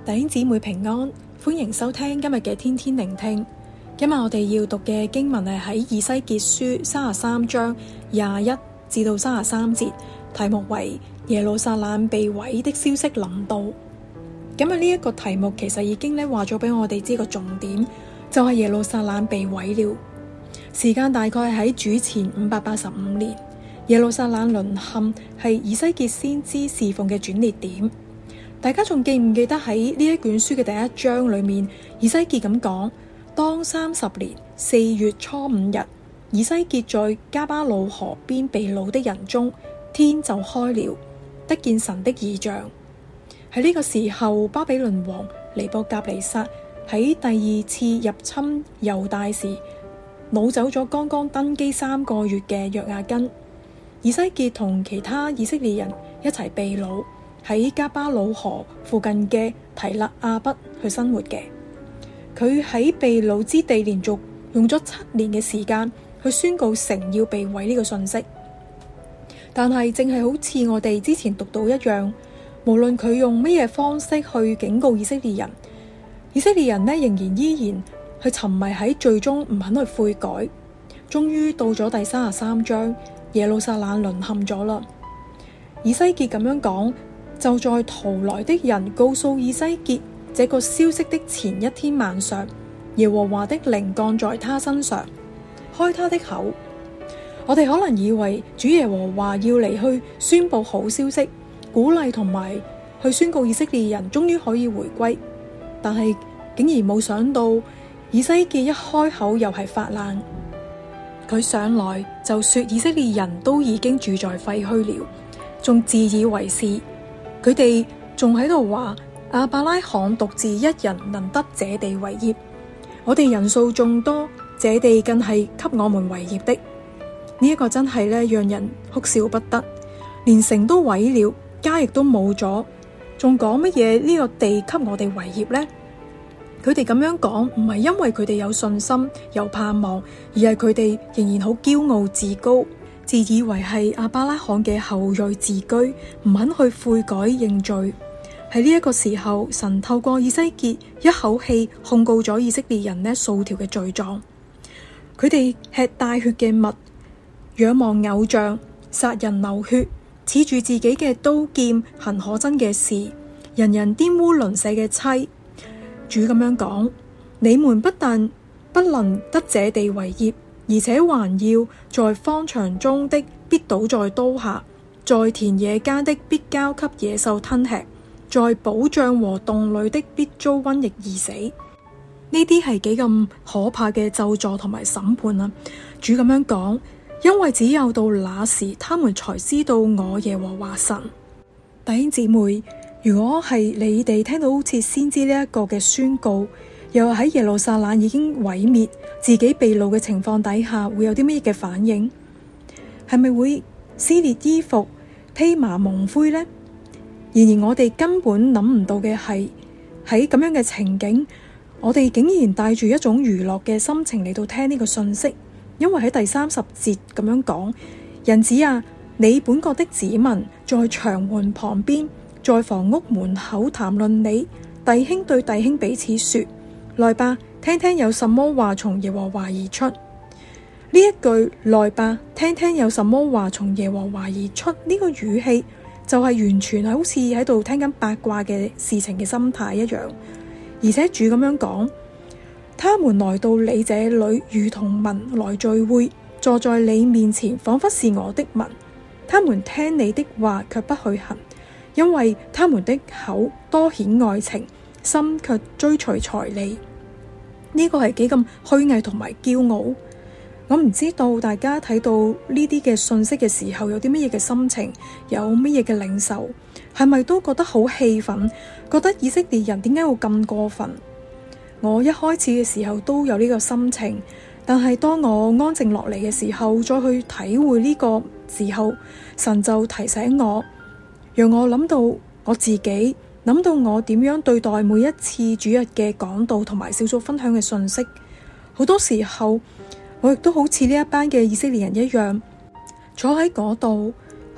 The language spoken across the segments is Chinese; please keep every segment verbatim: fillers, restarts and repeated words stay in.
弟兄姊妹平安，歡迎收聽今日嘅天天聆聽。今日我哋要讀嘅經文係喺以西結書三十三章廿一至到三十三節，題目為耶路撒冷被毀的消息臨到。今日呢一個題目其實已經咧話咗俾我哋知個重點，就係、是、耶路撒冷被毀了。時間大概喺主前五百八十五年，耶路撒冷淪陷係以西結先知侍奉嘅轉捩點。大家仲記唔記得喺呢一卷書嘅第一章裏面，以西結咁講：當三十年四月初五日，以西結在迦巴魯河邊被擄的人中，天就開了，得見神的異象。喺呢個時候，巴比倫王尼布甲尼撒喺第二次入侵猶大時，擄走咗剛剛登基三個月嘅約雅斤。以西結同其他以色列人一齊被擄，喺迦巴魯河附近嘅提勒亞畢去生活嘅。佢喺被擄之地連續用咗七年嘅時間去宣告城要被毀呢個信息。但係正係好似我哋之前讀到一樣，無論佢用乜嘢方式去警告以色列人，以色列人呢仍然依然去沉迷喺罪中，唔肯去悔改。終於到咗第三十三章，耶路撒冷淪陷咗啦。以西結咁樣講，就在逃來的人告訴以西結這個消息的前一天晚上，耶和華的靈降在他身上，開他的口。我哋可能以為主耶和華要嚟去宣布好消息，鼓勵同埋去宣告以色列人終於可以回歸，但係竟然冇想到以西結一開口又係發難。佢上來就說以色列人都已經住在廢墟了，仲自以為是。佢哋仲喺度話亞伯拉罕獨自一人能得這地為業，我哋人數眾多，這地更係給我們為業的。呢、這、一個真係咧讓人哭笑不得，連城都毀了，家亦都冇咗，仲講乜嘢呢個地給我哋為業呢？佢哋咁樣講唔係因為佢哋有信心有盼望，而係佢哋仍然好驕傲自高，自以為係亞伯拉罕嘅後裔自居，唔肯去悔改認罪。喺呢一個時候，神透過以西結一口氣控告咗以色列人呢數條嘅罪狀。佢哋吃帶血嘅物，仰望偶像，殺人流血，恃住自己嘅刀劍，行可憎嘅事，人人玷污鄰舍嘅妻。主咁樣講：你們不但不能得這地為業，而且還要在荒場中的必倒在刀下，在田野間的必交給野獸吞吃，在保障和洞裏的必遭瘟疫而死。呢啲係幾咁可怕嘅咒詛同埋審判啊！主咁樣講，因為只有到那時，他們才知道我耶和華神。弟兄姊妹，如果係你哋聽到好似先知呢一個嘅宣告，又喺耶路撒冷已經毀滅，自己被擄嘅情況底下，會有啲咩嘅反應？係咪會撕裂衣服、披麻蒙灰呢？然而我哋根本諗唔到嘅係，喺咁樣嘅情景，我哋竟然帶住一種娛樂嘅心情嚟到聽呢個信息。因為喺第三十節咁樣講：人子啊，你本國的子民在牆垣旁邊，在房屋門口談論你，弟兄對弟兄彼此說：來吧，聽聽有什麼話從耶和華而出。呢一句來吧，聽聽有什麼話從耶和華而出，呢個語氣就係完全係好似喺度聽緊八卦嘅事情嘅心態一樣。而且主咁樣講：他們來到你這裏，如同民來聚會，坐在你面前，仿佛是我的民。他們聽你的話，卻不去行，因為他們的口多顯愛情，心卻追隨財利。呢個係幾咁虛偽同埋驕傲。我唔知道大家睇到呢啲嘅信息嘅時候有啲乜嘢嘅心情，有乜嘢嘅領受，係咪都覺得好氣憤，覺得以色列人點解會咁過分？我一開始嘅時候都有呢個心情，但係當我安靜落嚟嘅時候，再去體會呢個時候，神就提醒我，讓我諗到我自己，諗到我點樣對待每一次主日嘅講道同埋小組分享嘅信息。好多時候我亦都好似呢一班嘅以色列人一樣，坐喺嗰度，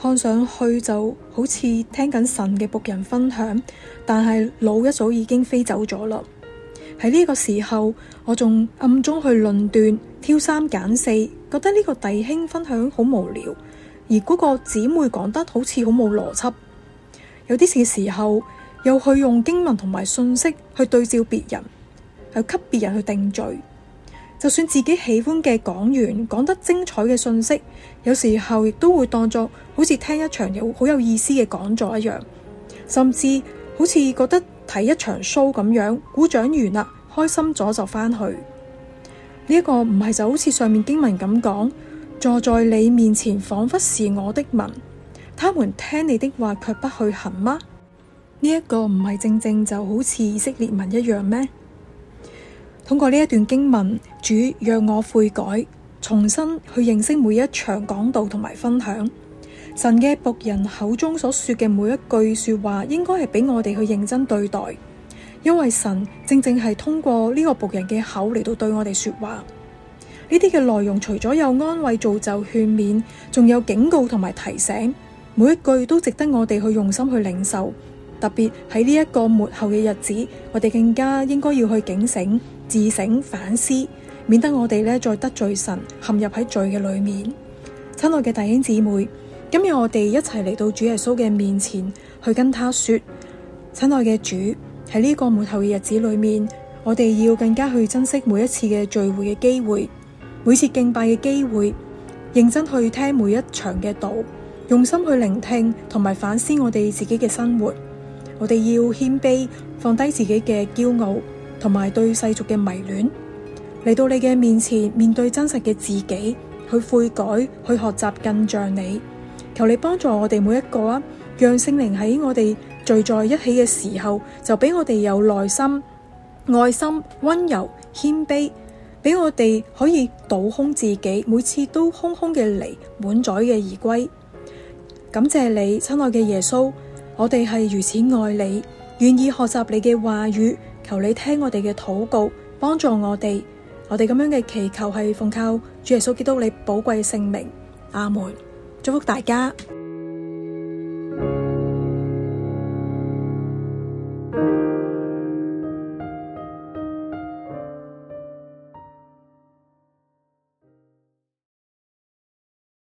看上去就好似聽緊神嘅僕人分享，但係腦一早已經飛走咗啦。喺呢個時候，我仲暗中去論斷，挑三揀四，覺得呢個弟兄分享好無聊，而嗰個姊妹講得好似好冇邏輯。有啲嘅時候，又去用經文同埋信息去對照別人，去給別人去定罪。就算自己喜歡嘅講員講得精彩嘅信息，有時候亦都會當作好似聽一場有好有意思嘅講座一樣，甚至好似覺得睇一場 show 咁樣，鼓掌完啦，開心咗就返去。呢、這、一個唔係就好似上面經文咁講，坐在你面前仿佛是我的民，他們聽你的話卻不去行嗎？呢、這、一個唔係正正就好似以色列民一樣咩？通過呢一段經文，主讓我悔改，重新去認識每一場講道同埋分享。神嘅僕人口中所說嘅每一句說話，應該係俾我哋去認真對待，因為神正正係通過呢個僕人嘅口嚟到對我哋說話。呢啲嘅內容除咗有安慰、造就、勸勉，仲有警告同埋提醒，每一句都值得我哋去用心去領受。特別喺呢一個末後嘅日子，我哋更加應該要去警醒、自省、反思，免得我哋呢再得罪神，陷入喺罪嘅裏面。親愛嘅弟兄姊妹，今日我哋一齊嚟到主耶穌嘅面前，去跟他說：親愛嘅主，喺呢個末後嘅日子裏面，我哋要更加去珍惜每一次嘅聚會嘅機會，每次敬拜嘅機會，認真去聽每一場嘅道，用心去聆聽同埋反思我哋自己嘅生活。我哋要謙卑，放低自己嘅驕傲同埋對世俗嘅迷戀，嚟到你嘅面前，面對真實嘅自己，去悔改，去學習更像你。求你幫助我哋每一個啊，讓聖靈喺我哋聚在一起嘅時候，就俾我哋有耐心、愛心、溫柔、謙卑，俾我哋可以倒空自己，每次都空空嘅嚟，滿載嘅而歸。感謝你，親愛嘅耶穌。我哋係如此愛你，願意學習你嘅話語，求你聽我哋嘅禱告，幫助我哋。我哋咁樣嘅祈求係奉靠主耶穌基督你寶貴嘅聖名，阿門。祝福大家。